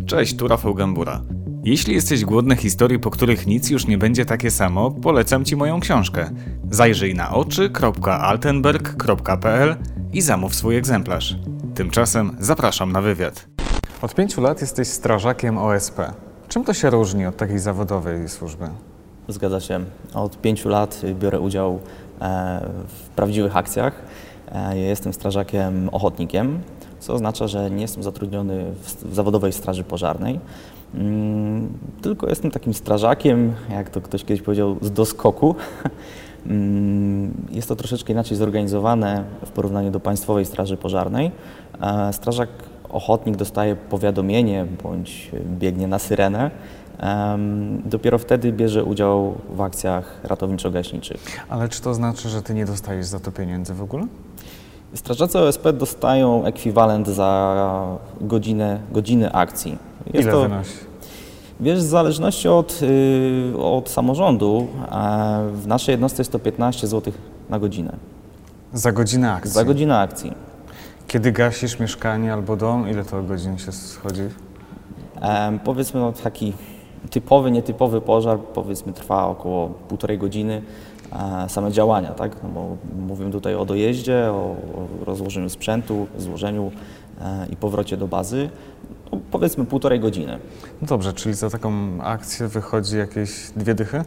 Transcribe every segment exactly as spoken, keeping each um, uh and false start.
Cześć, tu Rafał Gambura. Jeśli jesteś głodny historii, po których nic już nie będzie takie samo, polecam Ci moją książkę. Zajrzyj na oczy kropka altenberg kropka p l i zamów swój egzemplarz. Tymczasem zapraszam na wywiad. Od pięciu lat jesteś strażakiem O S P. Czym to się różni od takiej zawodowej służby? Zgadza się. Od pięciu lat biorę udział w prawdziwych akcjach. Jestem strażakiem ochotnikiem, co oznacza, że nie jestem zatrudniony w zawodowej straży pożarnej, tylko jestem takim strażakiem, jak to ktoś kiedyś powiedział, z doskoku. Jest to troszeczkę inaczej zorganizowane w porównaniu do Państwowej Straży Pożarnej. Strażak ochotnik dostaje powiadomienie bądź biegnie na syrenę. Dopiero wtedy bierze udział w akcjach ratowniczo-gaśniczych. Ale czy to znaczy, że Ty nie dostajesz za to pieniędzy w ogóle? Strażacy O S P dostają ekwiwalent za godzinę, godziny akcji. Jest Ile to, wynosi? Wiesz, w zależności od, yy, od samorządu, a w naszej jednostce jest to piętnaście złotych na godzinę. Za godzinę akcji? Za godzinę akcji. Kiedy gasisz mieszkanie albo dom, ile to godzin się schodzi? E, powiedzmy, no, taki typowy, nietypowy pożar, powiedzmy, trwa około półtorej godziny. Same działania, tak? No bo mówimy tutaj o dojeździe, o, o rozłożeniu sprzętu, złożeniu e, i powrocie do bazy, no powiedzmy półtorej godziny. No dobrze, czyli za taką akcję wychodzi jakieś dwie dychy?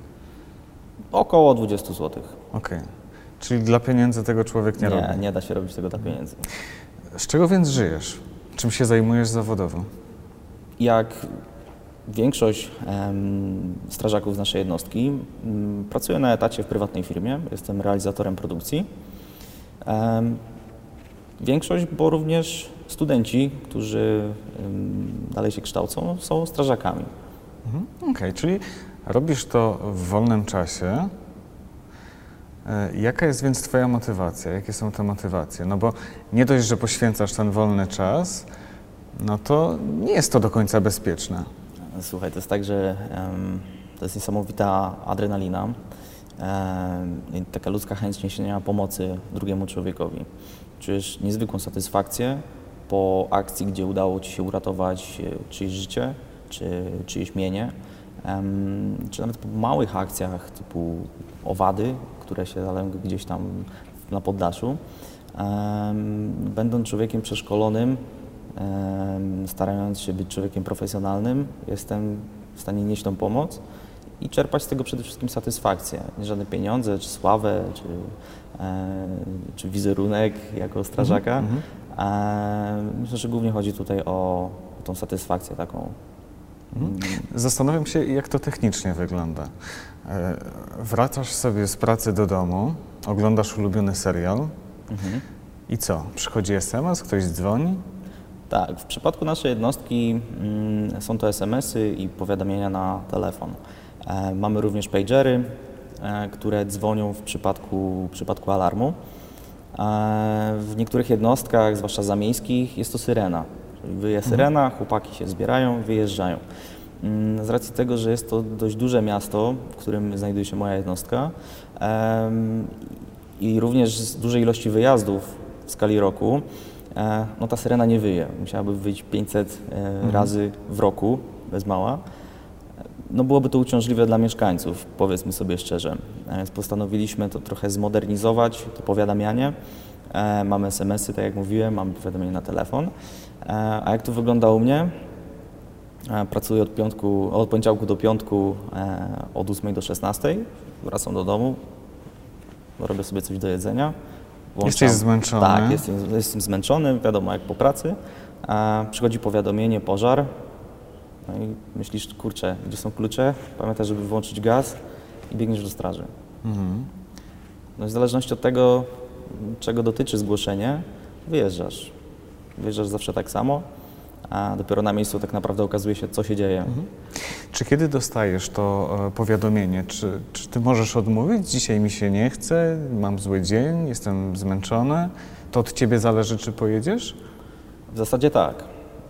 Około dwadzieścia złotych. Okej, okay. Czyli dla pieniędzy tego człowiek nie, nie robi? Nie, nie da się robić tego dla pieniędzy. Z czego więc żyjesz? Czym się zajmujesz zawodowo? Jak większość em, strażaków z naszej jednostki m, pracuję na etacie w prywatnej firmie, jestem realizatorem produkcji. Em, większość, bo również studenci, którzy em, dalej się kształcą, są strażakami. Mhm. Okej, okay, czyli robisz to w wolnym czasie. E, jaka jest więc Twoja motywacja? Jakie są te motywacje? No bo nie dość, że poświęcasz ten wolny czas, no to nie jest to do końca bezpieczne. Słuchaj, to jest tak, że um, to jest niesamowita adrenalina um, i taka ludzka chęć niesienia pomocy drugiemu człowiekowi. Czujesz niezwykłą satysfakcję po akcji, gdzie udało Ci się uratować czyjeś życie, czy czyjeś mienie, um, czy nawet po małych akcjach typu owady, które się zalęgły gdzieś tam na poddaszu. Um, będąc człowiekiem przeszkolonym, starając się być człowiekiem profesjonalnym, jestem w stanie nieść tą pomoc i czerpać z tego przede wszystkim satysfakcję. Nie żadne pieniądze, czy sławę, czy, e, czy wizerunek jako strażaka. Mm -hmm. Myślę, że głównie chodzi tutaj o, o tą satysfakcję taką. Mm. Zastanawiam się, jak to technicznie wygląda. E, wracasz sobie z pracy do domu, oglądasz ulubiony serial mm -hmm. i co? Przychodzi es em es, ktoś dzwoni? Tak, w przypadku naszej jednostki mm, są to es em esy i powiadomienia na telefon. E, mamy również pagery, e, które dzwonią w przypadku, w przypadku alarmu. E, w niektórych jednostkach, zwłaszcza zamiejskich, jest to syrena. Czyli wyje syrena, chłopaki się zbierają, wyjeżdżają. Mm, z racji tego, że jest to dość duże miasto, w którym znajduje się moja jednostka e, i również z dużej ilości wyjazdów w skali roku, no ta syrena nie wyje. Musiałaby wyjść pięćset mhm. razy w roku, bez mała. No byłoby to uciążliwe dla mieszkańców, powiedzmy sobie szczerze. Więc postanowiliśmy to trochę zmodernizować, to powiadamianie. Mamy es em esy, tak jak mówiłem, mamy powiadomienie na telefon. A jak to wygląda u mnie? Pracuję od, piątku, od poniedziałku do piątku od ósmej do szesnastej. Wracam do domu, robię sobie coś do jedzenia. Włączam. Jesteś zmęczony? Tak, jestem, jestem zmęczony, wiadomo, jak po pracy. A przychodzi powiadomienie, pożar. No i myślisz, kurczę, gdzie są klucze? Pamiętaj, żeby wyłączyć gaz i biegniesz do straży. Mhm. No i w zależności od tego, czego dotyczy zgłoszenie, wyjeżdżasz. Wyjeżdżasz zawsze tak samo, a dopiero na miejscu tak naprawdę okazuje się, co się dzieje. Mhm. Czy kiedy dostajesz to e, powiadomienie, czy, czy ty możesz odmówić? Dzisiaj mi się nie chce, mam zły dzień, jestem zmęczony. To od ciebie zależy, czy pojedziesz? W zasadzie tak.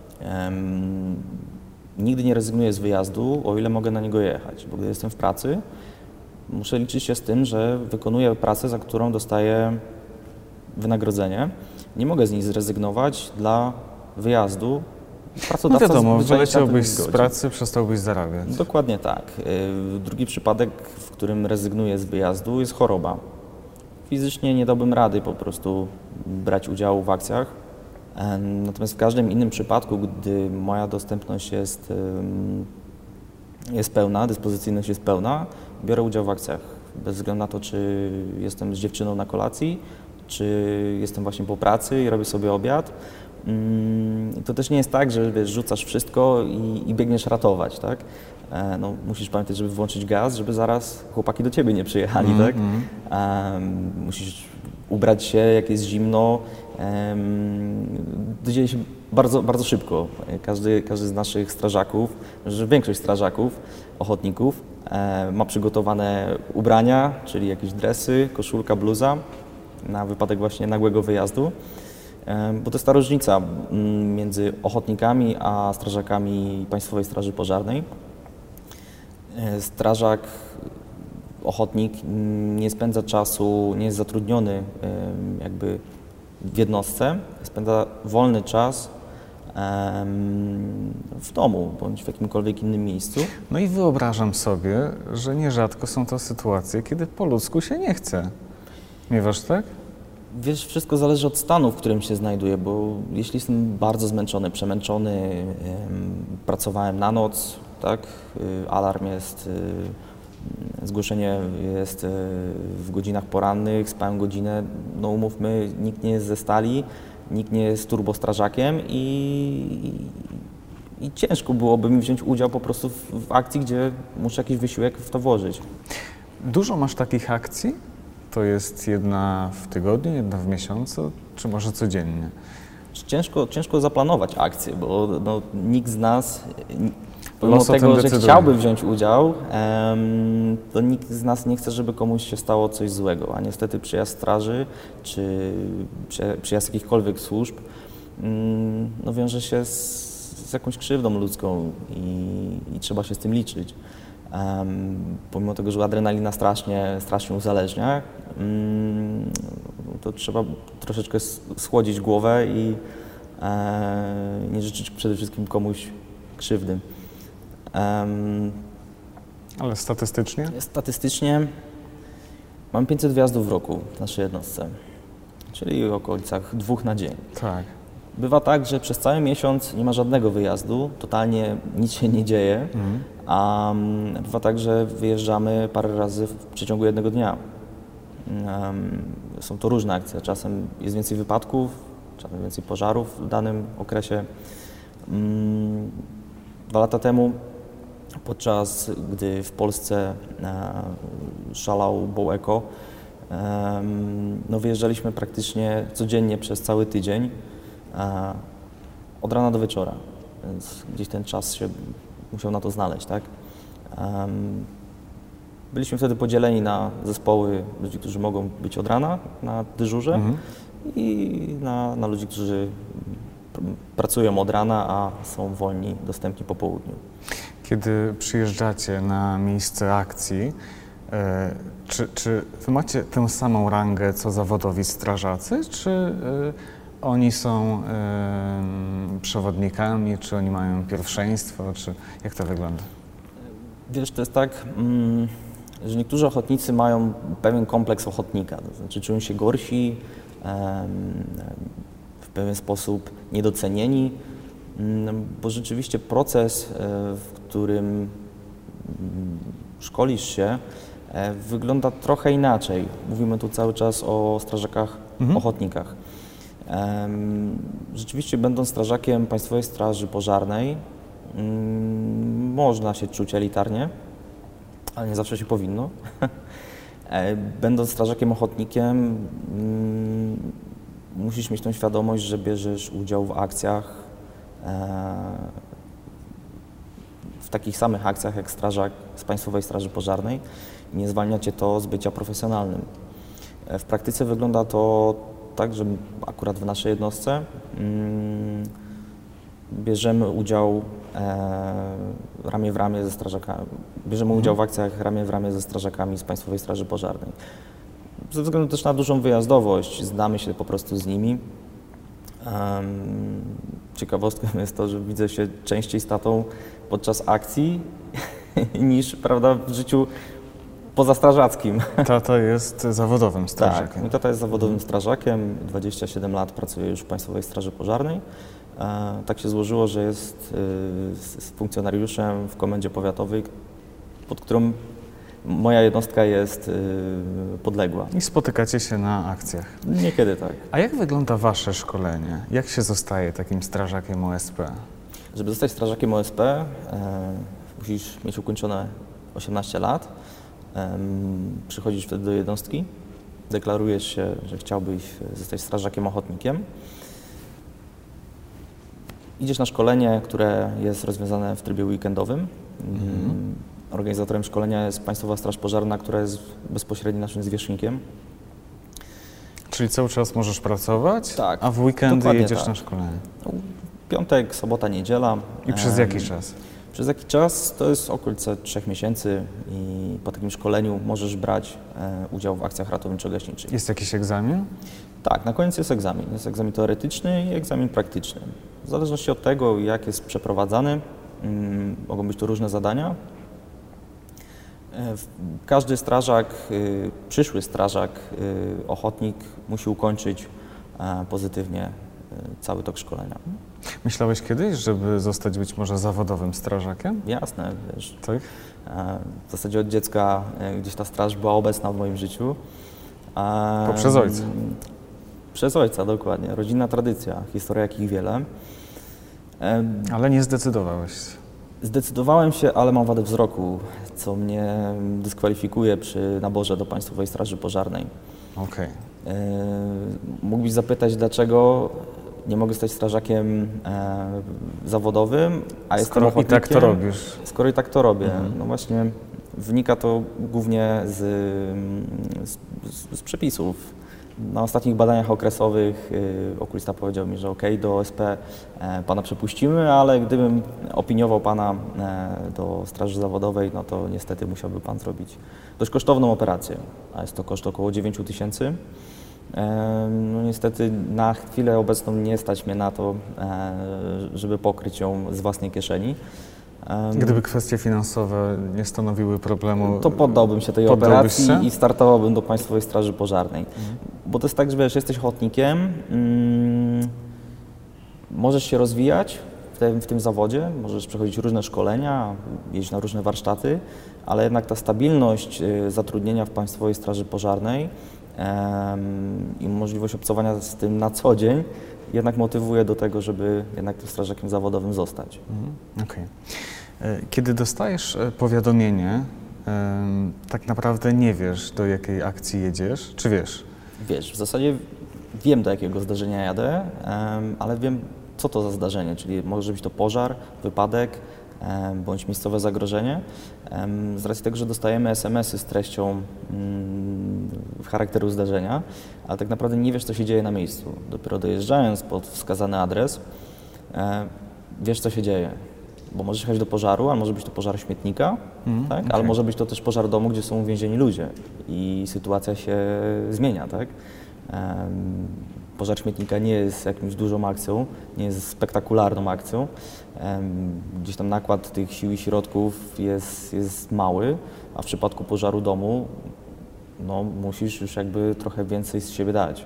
Um, nigdy nie rezygnuję z wyjazdu, o ile mogę na niego jechać, bo gdy jestem w pracy, muszę liczyć się z tym, że wykonuję pracę, za którą dostaję wynagrodzenie. Nie mogę z niej zrezygnować dla wyjazdu No Pracodawca wiadomo, zwyczajnie się na to nie wyleciałbyś z zgodzi. pracy, przestałbyś zarabiać. Dokładnie tak. Y, Drugi przypadek, w którym rezygnuję z wyjazdu, jest choroba. Fizycznie nie dałbym rady po prostu brać udziału w akcjach. Em, Natomiast w każdym innym przypadku, gdy moja dostępność jest, ym, jest pełna, dyspozycyjność jest pełna, biorę udział w akcjach. Bez względu na to, czy jestem z dziewczyną na kolacji, czy jestem właśnie po pracy i robię sobie obiad. Ym, To też nie jest tak, że wiesz, rzucasz wszystko i, i biegniesz ratować, tak? E, No, musisz pamiętać, żeby włączyć gaz, żeby zaraz chłopaki do ciebie nie przyjechali, Mm, tak? mm. Em, musisz ubrać się, jak jest zimno. Em, to dzieje się bardzo, bardzo szybko. Każdy, każdy z naszych strażaków, że większość strażaków, ochotników e, ma przygotowane ubrania, czyli jakieś dresy, koszulka, bluza na wypadek właśnie nagłego wyjazdu. Em, Bo to jest ta różnica mm, między ochotnikami a strażakami Państwowej Straży Pożarnej. E, Strażak, ochotnik nie spędza czasu, nie jest zatrudniony em, jakby w jednostce, spędza wolny czas em, w domu bądź w jakimkolwiek innym miejscu. No i wyobrażam sobie, że nierzadko są to sytuacje, kiedy po ludzku się nie chce. Miewasz tak? Wiesz, wszystko zależy od stanu, w którym się znajduję, bo jeśli jestem bardzo zmęczony, przemęczony, em, pracowałem na noc, tak, y, alarm jest, y, zgłoszenie jest y, w godzinach porannych, spałem godzinę, no umówmy, nikt nie jest ze stali, nikt nie jest turbostrażakiem i, i, i ciężko byłoby mi wziąć udział po prostu w, w akcji, gdzie muszę jakiś wysiłek w to włożyć. Dużo masz takich akcji? To jest jedna w tygodniu, jedna w miesiącu, czy może codziennie? Ciężko, ciężko zaplanować akcję, bo no, nikt z nas, pomimo Los o tym tego, że decyduje. chciałby wziąć udział, em, to nikt z nas nie chce, żeby komuś się stało coś złego, a niestety przyjazd straży czy przy- przyjazd jakichkolwiek służb mm, no, wiąże się z, z jakąś krzywdą ludzką i, i trzeba się z tym liczyć. Em, pomimo tego, że adrenalina strasznie, strasznie uzależnia, mm, to trzeba troszeczkę s- schłodzić głowę i e, nie życzyć przede wszystkim komuś krzywdy. Em, Ale statystycznie? Statystycznie mam pięćset wjazdów w roku w naszej jednostce, czyli w okolicach dwóch na dzień. Tak. Bywa tak, że przez cały miesiąc nie ma żadnego wyjazdu, totalnie nic się nie dzieje, Mhm. a mm, bywa tak, że wyjeżdżamy parę razy w przeciągu jednego dnia. Em, Są to różne akcje, czasem jest więcej wypadków, czasem więcej pożarów w danym okresie. Mm, Dwa lata temu, podczas gdy w Polsce e, szalał BOłEko, em, no wyjeżdżaliśmy praktycznie codziennie przez cały tydzień, e, od rana do wieczora, więc gdzieś ten czas się musiał na to znaleźć, tak? Em, Byliśmy wtedy podzieleni na zespoły ludzi, którzy mogą być od rana na dyżurze Mhm. i na, na ludzi, którzy pr- pracują od rana, a są wolni, dostępni po południu. Kiedy przyjeżdżacie na miejsce akcji, e, czy, czy wy macie tę samą rangę co zawodowi strażacy, czy e, oni są e, przewodnikami, czy oni mają pierwszeństwo, czy jak to wygląda? Wiesz, to jest tak, mm, że niektórzy ochotnicy mają pewien kompleks ochotnika, to znaczy czują się gorsi, em, w pewien sposób niedocenieni, mm, bo rzeczywiście proces, e, w którym mm, szkolisz się, e, wygląda trochę inaczej. Mówimy tu cały czas o strażakach, Mhm. ochotnikach. Em, Rzeczywiście, będąc strażakiem Państwowej Straży Pożarnej, mm, można się czuć elitarnie, ale nie zawsze się powinno. E, Będąc strażakiem ochotnikiem, mm, musisz mieć tą świadomość, że bierzesz udział w akcjach, e, w takich samych akcjach jak strażak z Państwowej Straży Pożarnej i nie zwalnia cię to z bycia profesjonalnym. E, W praktyce wygląda to tak, że akurat w naszej jednostce mm, bierzemy udział e, ramię w ramię ze strażakami. Bierzemy udział w akcjach ramię w ramię ze strażakami z Państwowej Straży Pożarnej. Ze względu też na dużą wyjazdowość, znamy się po prostu z nimi. Um, ciekawostką jest to, że widzę się częściej z tatą podczas akcji niż, prawda, w życiu pozastrażackim. Tata jest zawodowym strażakiem. Tak, mój tata jest zawodowym strażakiem, dwadzieścia siedem lat pracuje już w Państwowej Straży Pożarnej. E, tak się złożyło, że jest y, z, z funkcjonariuszem w komendzie powiatowej, pod którą moja jednostka jest y, podległa. I spotykacie się na akcjach. Niekiedy tak. A jak wygląda wasze szkolenie? Jak się zostaje takim strażakiem O S P? Żeby zostać strażakiem O S P, e, musisz mieć ukończone osiemnaście lat. E, przychodzisz wtedy do jednostki, deklarujesz się, że chciałbyś zostać strażakiem ochotnikiem. Idziesz na szkolenie, które jest rozwiązane w trybie weekendowym. Mhm. Organizatorem szkolenia jest Państwowa Straż Pożarna, która jest bezpośrednio naszym zwierzchnikiem. Czyli cały czas możesz pracować, Tak, a w weekendy dokładnie jedziesz tak. na szkolenie. Piątek, sobota, niedziela. I przez Em, jaki czas? Przez jaki czas? To jest okolice trzech miesięcy i po takim szkoleniu możesz brać e, udział w akcjach ratowniczo-gaśniczych. Jest jakiś egzamin? Tak, na koniec jest egzamin. Jest egzamin teoretyczny i egzamin praktyczny. W zależności od tego, jak jest przeprowadzany, mm, mogą być to różne zadania. E, w- Każdy strażak, y, przyszły strażak, y, ochotnik musi ukończyć e, pozytywnie y, cały tok szkolenia. Myślałeś kiedyś, żeby zostać być może zawodowym strażakiem? Jasne, wiesz, Tak? e, w zasadzie od dziecka e, gdzieś ta straż była obecna w moim życiu. E, Poprzez ojca. Przez ojca, dokładnie. Rodzinna tradycja, historia jakich wiele. E, Ale nie zdecydowałeś się. Zdecydowałem się, ale mam wadę wzroku, co mnie dyskwalifikuje przy naborze do Państwowej Straży Pożarnej. Okej. E, Mógłbyś zapytać, dlaczego nie mogę stać strażakiem e, zawodowym, a jestem Skoro i ochotnikiem, tak to robisz. Skoro i tak to robię. Mhm. No właśnie wynika to głównie z, z, z przepisów. Na ostatnich badaniach okresowych y, okulista powiedział mi, że ok, do O S P e, pana przepuścimy, ale gdybym opiniował pana e, do straży zawodowej, no to niestety musiałby pan zrobić dość kosztowną operację, a jest to koszt około dziewięć tysięcy. E, no niestety na chwilę obecną nie stać mnie na to, e, żeby pokryć ją z własnej kieszeni. E, Gdyby kwestie finansowe nie stanowiły problemu, to poddałbym się tej Poddałbyś operacji się? i startowałbym do Państwowej Straży Pożarnej. Bo to jest tak, że wiesz, jesteś ochotnikiem, mm, możesz się rozwijać w tym, w tym zawodzie, możesz przechodzić różne szkolenia, jeździć na różne warsztaty, ale jednak ta stabilność y, zatrudnienia w Państwowej Straży Pożarnej em, i możliwość obcowania z tym na co dzień jednak motywuje do tego, żeby jednak tym strażakiem zawodowym zostać. Mhm, okej. E, Kiedy dostajesz e, powiadomienie, em, tak naprawdę nie wiesz, do jakiej akcji jedziesz, czy wiesz? Wiesz, w zasadzie wiem, do jakiego zdarzenia jadę, em, ale wiem, co to za zdarzenie, czyli może być to pożar, wypadek em, bądź miejscowe zagrożenie. Em, z racji tego, że dostajemy es em esy z treścią mm, charakteru zdarzenia, ale tak naprawdę nie wiesz, co się dzieje na miejscu. Dopiero dojeżdżając pod wskazany adres, em, wiesz, co się dzieje. Bo możesz jechać do pożaru, ale może być to pożar śmietnika, Mhm, tak? okej. Ale może być to też pożar domu, gdzie są uwięzieni ludzie i sytuacja się zmienia, tak? Em, Pożar śmietnika nie jest jakimś dużą akcją, nie jest spektakularną akcją. Em, Gdzieś tam nakład tych sił i środków jest, jest mały, a w przypadku pożaru domu no, musisz już jakby trochę więcej z siebie dać.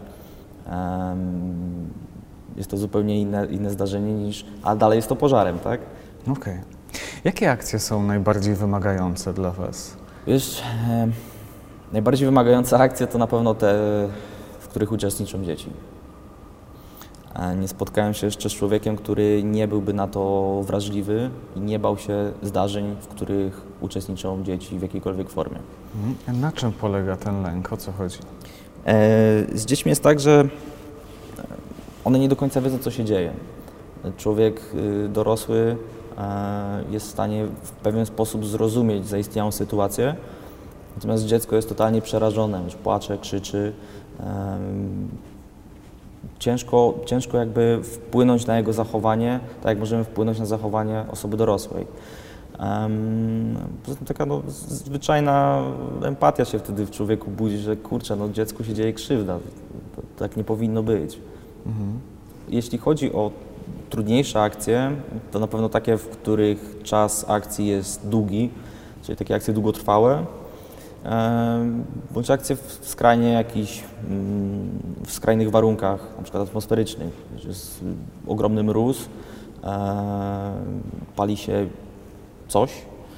Em, Jest to zupełnie inne, inne zdarzenie niż, a dalej jest to pożarem, tak? Okej. Jakie akcje są najbardziej wymagające dla Was? Wiesz, e, najbardziej wymagające akcje to na pewno te, w których uczestniczą dzieci. E, Nie spotkałem się jeszcze z człowiekiem, który nie byłby na to wrażliwy i nie bał się zdarzeń, w których uczestniczą dzieci w jakiejkolwiek formie. Mhm. Na czym polega ten lęk? O co chodzi? E, Z dziećmi jest tak, że one nie do końca wiedzą, co się dzieje. Człowiek y, dorosły e, jest w stanie w pewien sposób zrozumieć zaistniałą sytuację, natomiast dziecko jest totalnie przerażone, już płacze, krzyczy. Em, Ciężko, ciężko jakby wpłynąć na jego zachowanie, tak jak możemy wpłynąć na zachowanie osoby dorosłej. Um, poza tym taka no, zwyczajna empatia się wtedy w człowieku budzi, że kurczę, no dziecku się dzieje krzywda, to, to tak nie powinno być. Mhm. Jeśli chodzi o trudniejsze akcje, to na pewno takie, w których czas akcji jest długi, czyli takie akcje długotrwałe, bądź akcje w skrajnie jakichś, w skrajnych warunkach, na przykład atmosferycznych, że jest ogromny mróz, pali się coś,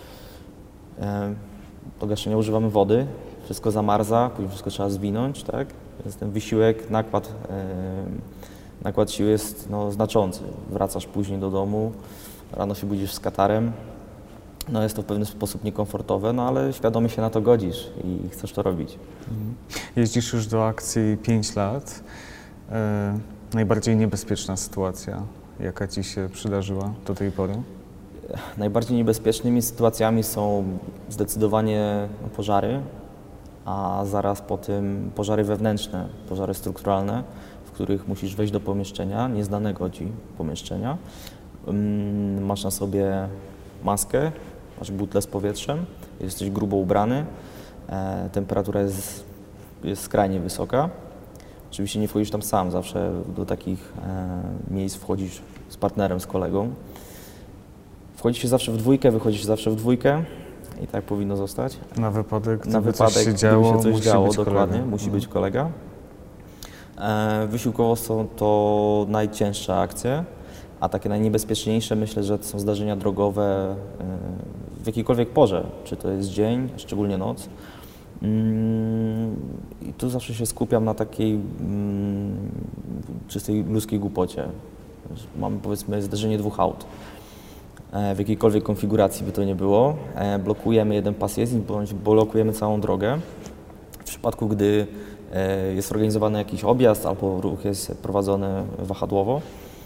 do gaszenia używamy wody, wszystko zamarza, później wszystko trzeba zwinąć, tak? Więc ten wysiłek, nakład, nakład siły jest no, znaczący. Wracasz później do domu, rano się budzisz z katarem. No jest to w pewien sposób niekomfortowe, no ale świadomie się na to godzisz i chcesz to robić. Jeździsz już do akcji pięć lat. E, najbardziej niebezpieczna sytuacja, jaka Ci się przydarzyła do tej pory? Najbardziej niebezpiecznymi sytuacjami są zdecydowanie pożary, a zaraz po tym pożary wewnętrzne, pożary strukturalne, w których musisz wejść do pomieszczenia, nieznanego Ci pomieszczenia. Masz na sobie maskę, masz butlę z powietrzem, jesteś grubo ubrany, e, temperatura jest, jest skrajnie wysoka. Oczywiście nie wchodzisz tam sam, zawsze do takich e, miejsc wchodzisz z partnerem, z kolegą. Wchodzi się zawsze w dwójkę, wychodzi się zawsze w dwójkę i tak powinno zostać. Na wypadek, gdyby Na wypadek, coś się działo, gdyby się coś musi działo, być dokładnie, kolega. musi Mhm. być kolega. E, wysiłkowo są to najcięższe akcje, a takie najniebezpieczniejsze myślę, że to są zdarzenia drogowe e, w jakiejkolwiek porze, czy to jest dzień, szczególnie noc. Mm, I tu zawsze się skupiam na takiej mm, czystej ludzkiej głupocie. Mamy powiedzmy zdarzenie dwóch aut. W jakiejkolwiek konfiguracji by to nie było, blokujemy jeden pas jezdni bądź blokujemy całą drogę. W przypadku, gdy jest organizowany jakiś objazd albo ruch jest prowadzony wahadłowo,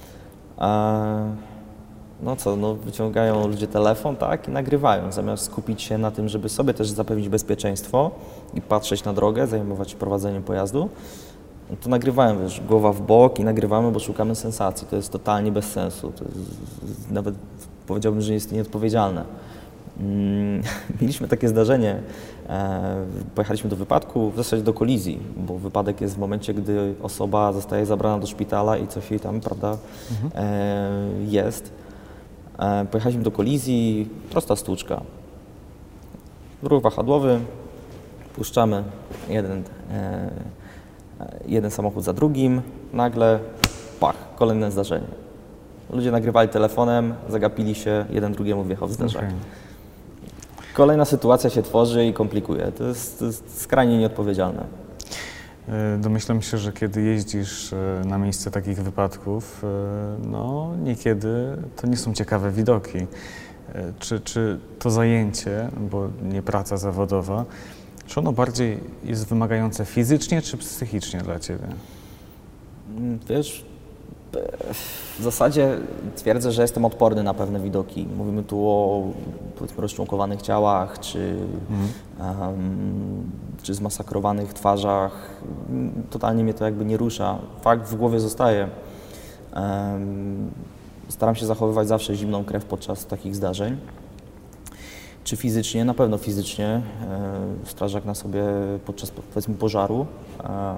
no co, no wyciągają ludzie telefon, tak, i nagrywają, zamiast skupić się na tym, żeby sobie też zapewnić bezpieczeństwo i patrzeć na drogę, zajmować się prowadzeniem pojazdu, no to nagrywają, wiesz, głowa w bok i nagrywamy, bo szukamy sensacji. To jest totalnie bez sensu. To jest, nawet powiedziałbym, że jest nieodpowiedzialne. Mm, mieliśmy takie zdarzenie, e, pojechaliśmy do wypadku, w zasadzie do kolizji, bo wypadek jest w momencie, gdy osoba zostaje zabrana do szpitala i coś jej tam, prawda, mhm. e, jest. E, pojechaliśmy do kolizji, prosta stłuczka. Ruch wahadłowy, puszczamy jeden, e, jeden samochód za drugim, nagle pach, kolejne zdarzenie. Ludzie nagrywali telefonem, zagapili się, jeden drugiemu wjechał w zderzak. Okay. Kolejna sytuacja się tworzy i komplikuje. To jest, to jest skrajnie nieodpowiedzialne. Domyślam się, że kiedy jeździsz na miejsce takich wypadków, no niekiedy to nie są ciekawe widoki. Czy, czy to zajęcie, bo nie praca zawodowa, czy ono bardziej jest wymagające fizycznie czy psychicznie dla Ciebie? Wiesz, w zasadzie twierdzę, że jestem odporny na pewne widoki. Mówimy tu o, powiedzmy, rozczłonkowanych ciałach, czy, mhm. um, czy zmasakrowanych twarzach. Totalnie mnie to jakby nie rusza. Fakt w głowie zostaje. Um, staram się zachowywać zawsze zimną krew podczas takich zdarzeń. Czy fizycznie? Na pewno fizycznie. E, strażak na sobie podczas, powiedzmy, pożaru e,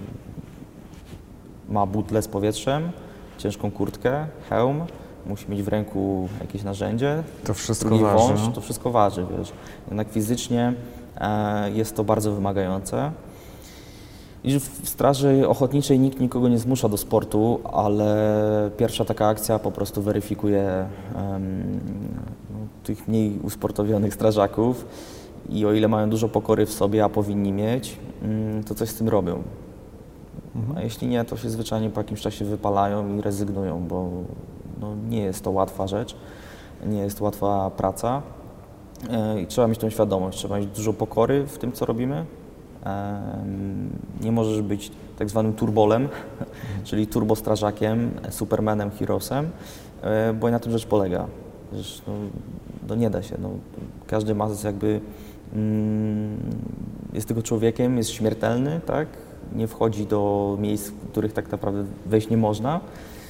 ma butlę z powietrzem, ciężką kurtkę, hełm, musi mieć w ręku jakieś narzędzie. To wszystko waży. Wąż, to wszystko waży, wiesz. Jednak fizycznie e, jest to bardzo wymagające. I w straży ochotniczej nikt nikogo nie zmusza do sportu, ale pierwsza taka akcja po prostu weryfikuje um, no, tych mniej usportowionych strażaków i o ile mają dużo pokory w sobie, a powinni mieć, um, to coś z tym robią. A jeśli nie, to się zwyczajnie po jakimś czasie wypalają i rezygnują, bo no, nie jest to łatwa rzecz, nie jest to łatwa praca e, i trzeba mieć tą świadomość, trzeba mieć dużo pokory w tym, co robimy. E, nie możesz być tak zwanym turbolem, czyli turbostrażakiem, supermanem, heroesem, e, bo i na tym rzecz polega. Wiesz, no, no nie da się, no, każdy ma jakby, mm, jest tylko człowiekiem, jest śmiertelny, tak? Nie wchodzi do miejsc, w których tak naprawdę wejść nie można.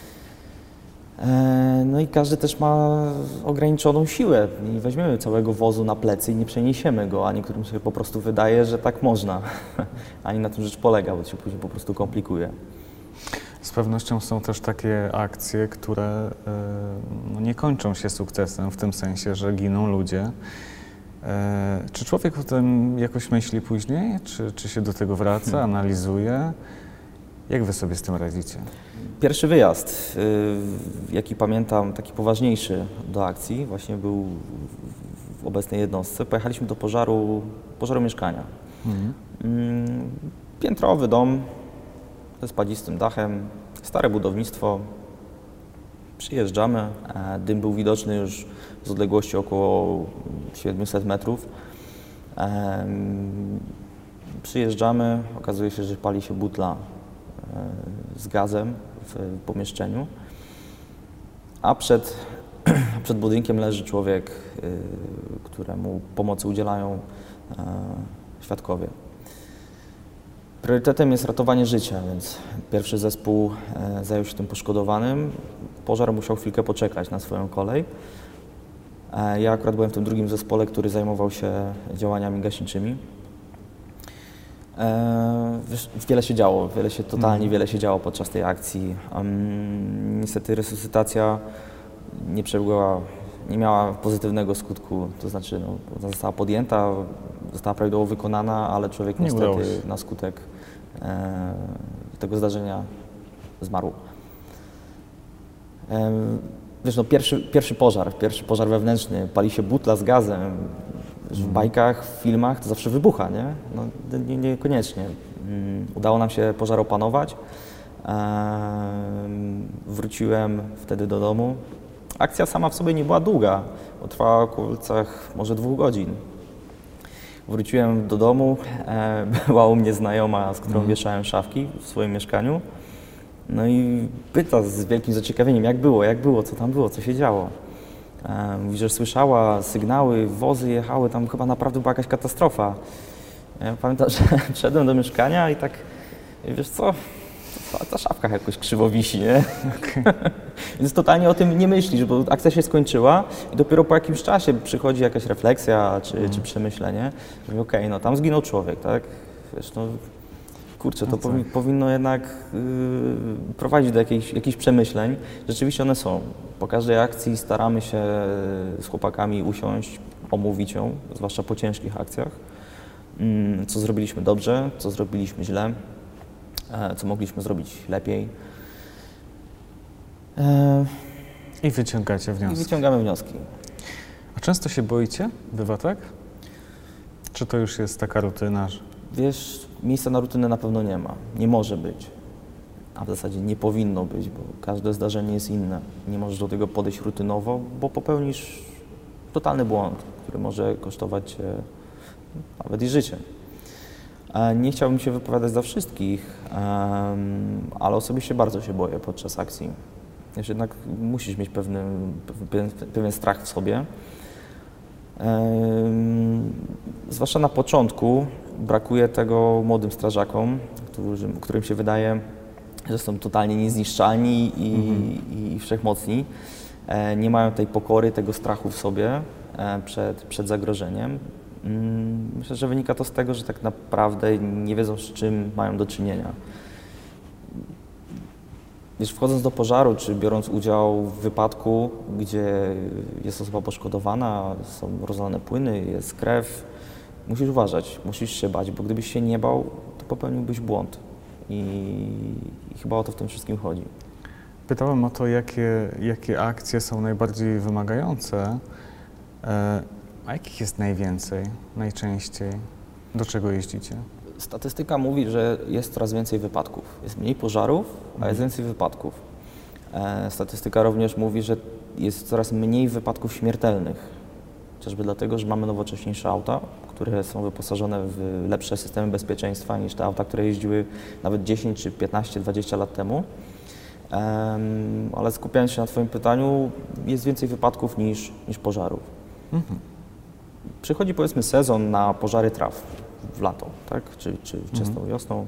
No i każdy też ma ograniczoną siłę. Nie weźmiemy całego wozu na plecy i nie przeniesiemy go, a niektórym się po prostu wydaje, że tak można. Ani na tym rzecz polega, bo to się później po prostu komplikuje. Z pewnością są też takie akcje, które y, no nie kończą się sukcesem, w tym sensie, że giną ludzie. Y, czy człowiek o tym jakoś myśli później? Czy, czy się do tego wraca, hmm. analizuje? Jak wy sobie z tym radzicie? Pierwszy wyjazd, y, jaki pamiętam, taki poważniejszy do akcji, właśnie był w obecnej jednostce. Pojechaliśmy do pożaru, pożaru mieszkania. Hmm. Y, piętrowy dom ze spadzistym dachem, stare budownictwo. Przyjeżdżamy, e, dym był widoczny już z odległości około siedemset metrów. E, przyjeżdżamy, okazuje się, że pali się butla e, z gazem w pomieszczeniu, a przed, przed budynkiem leży człowiek, e, któremu pomocy udzielają e, świadkowie. Priorytetem jest ratowanie życia, więc pierwszy zespół e, zajął się tym poszkodowanym. Pożar musiał chwilkę poczekać na swoją kolej. E, ja akurat byłem w tym drugim zespole, który zajmował się działaniami gaśniczymi. E, wiesz, wiele się działo, wiele się, totalnie mm. wiele się działo podczas tej akcji. Um, niestety resuscytacja nie przebiegła, nie miała pozytywnego skutku, to znaczy no, została podjęta, została prawidłowo wykonana, ale człowiek niestety na skutek e, tego zdarzenia zmarł. E, wiesz, no, pierwszy, pierwszy pożar, pierwszy pożar wewnętrzny, pali się butla z gazem. W bajkach, w filmach to zawsze wybucha, nie? No, nie, niekoniecznie. Um, udało nam się pożar opanować. E, wróciłem wtedy do domu. Akcja sama w sobie nie była długa, bo trwała w okolicach może dwóch godzin. Wróciłem do domu, e, była u mnie znajoma, z którą wieszałem szafki w swoim mieszkaniu. No i pyta z wielkim zaciekawieniem, jak było, jak było, co tam było, co się działo. E, mówi, że słyszała sygnały, wozy jechały, tam chyba naprawdę była jakaś katastrofa. Ja pamiętam, że wszedłem do mieszkania i tak, wiesz co, ta, ta szafka jakoś krzywo wisi, nie? Okay. Więc totalnie o tym nie myślisz, bo akcja się skończyła i dopiero po jakimś czasie przychodzi jakaś refleksja czy, mm. czy przemyślenie, że okej, okay, no tam zginął człowiek, tak? Wiesz, no kurczę, to no powi powinno jednak yy, prowadzić do jakichś, jakichś przemyśleń. Rzeczywiście one są. Po każdej akcji staramy się z chłopakami usiąść, omówić ją, zwłaszcza po ciężkich akcjach. Yy, co zrobiliśmy dobrze, co zrobiliśmy źle, yy, co mogliśmy zrobić lepiej. I wyciągacie wnioski. I wyciągamy wnioski. A często się boicie? Bywa tak? Czy to już jest taka rutyna? Że... Wiesz, miejsca na rutynę na pewno nie ma. Nie może być. A w zasadzie nie powinno być, bo każde zdarzenie jest inne. Nie możesz do tego podejść rutynowo, bo popełnisz totalny błąd, który może kosztować cię nawet i życie. Nie chciałbym się wypowiadać za wszystkich, ale osobiście bardzo się boję podczas akcji. Wiesz, jednak musisz mieć pewny, pewien, pewien strach w sobie. Ehm, zwłaszcza na początku brakuje tego młodym strażakom, którzy, którym się wydaje, że są totalnie niezniszczalni i, mhm. i wszechmocni. E, nie mają tej pokory, tego strachu w sobie e, przed, przed zagrożeniem. Mm, myślę, że wynika to z tego, że tak naprawdę nie wiedzą, z czym mają do czynienia. Wiesz, wchodząc do pożaru, czy biorąc udział w wypadku, gdzie jest osoba poszkodowana, są rozlane płyny, jest krew, musisz uważać, musisz się bać, bo gdybyś się nie bał, to popełniłbyś błąd. I, i chyba o to w tym wszystkim chodzi. Pytałem o to, jakie, jakie akcje są najbardziej wymagające, a jakich jest najwięcej, najczęściej? Do czego jeździcie? Statystyka mówi, że jest coraz więcej wypadków. Jest mniej pożarów, a jest więcej wypadków. E, statystyka również mówi, że jest coraz mniej wypadków śmiertelnych. Chociażby dlatego, że mamy nowocześniejsze auta, które są wyposażone w lepsze systemy bezpieczeństwa niż te auta, które jeździły nawet dziesięć, czy piętnaście, dwadzieścia lat temu. E, ale skupiając się na Twoim pytaniu, jest więcej wypadków niż, niż pożarów. Mhm. Przychodzi, powiedzmy, sezon na pożary traw w lato, tak? czy, czy wczesną mhm. wiosną.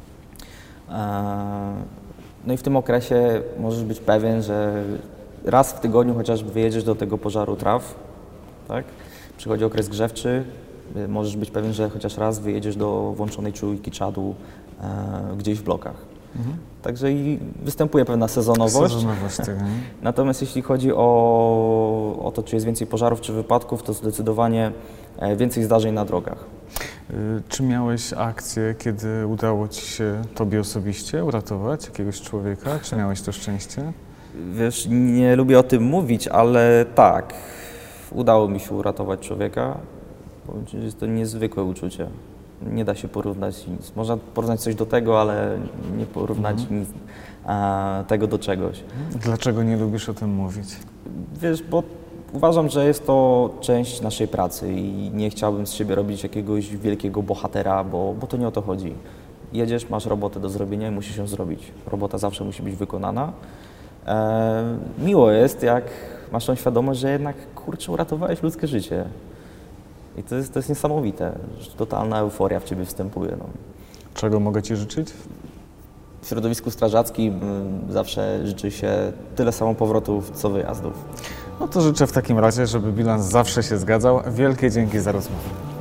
No i w tym okresie możesz być pewien, że raz w tygodniu chociażby wyjedziesz do tego pożaru traw, tak? Przychodzi okres grzewczy, możesz być pewien, że chociaż raz wyjedziesz do włączonej czujki czadu e, gdzieś w blokach. Mhm. Także i występuje pewna sezonowość. Sezonowość tego, nie? Natomiast jeśli chodzi o, o to, czy jest więcej pożarów czy wypadków, to zdecydowanie więcej zdarzeń na drogach. Czy miałeś akcję, kiedy udało Ci się Tobie osobiście uratować jakiegoś człowieka? Czy miałeś to szczęście? Wiesz, nie lubię o tym mówić, ale tak, udało mi się uratować człowieka. Powiem Ci, że jest to niezwykłe uczucie. Nie da się porównać nic. Można porównać coś do tego, ale nie porównać mhm. nic, a, tego do czegoś. Dlaczego nie lubisz o tym mówić? Wiesz, bo uważam, że jest to część naszej pracy i nie chciałbym z siebie robić jakiegoś wielkiego bohatera, bo, bo to nie o to chodzi. Jedziesz, masz robotę do zrobienia i musisz ją zrobić. Robota zawsze musi być wykonana. E, miło jest, jak masz tą świadomość, że jednak, kurczę, uratowałeś ludzkie życie. I to jest, to jest niesamowite, że totalna euforia w Ciebie wstępuje. No. Czego mogę Ci życzyć? W środowisku strażackim zawsze życzy się tyle samo powrotów, co wyjazdów. No to życzę w takim razie, żeby bilans zawsze się zgadzał. Wielkie dzięki za rozmowę.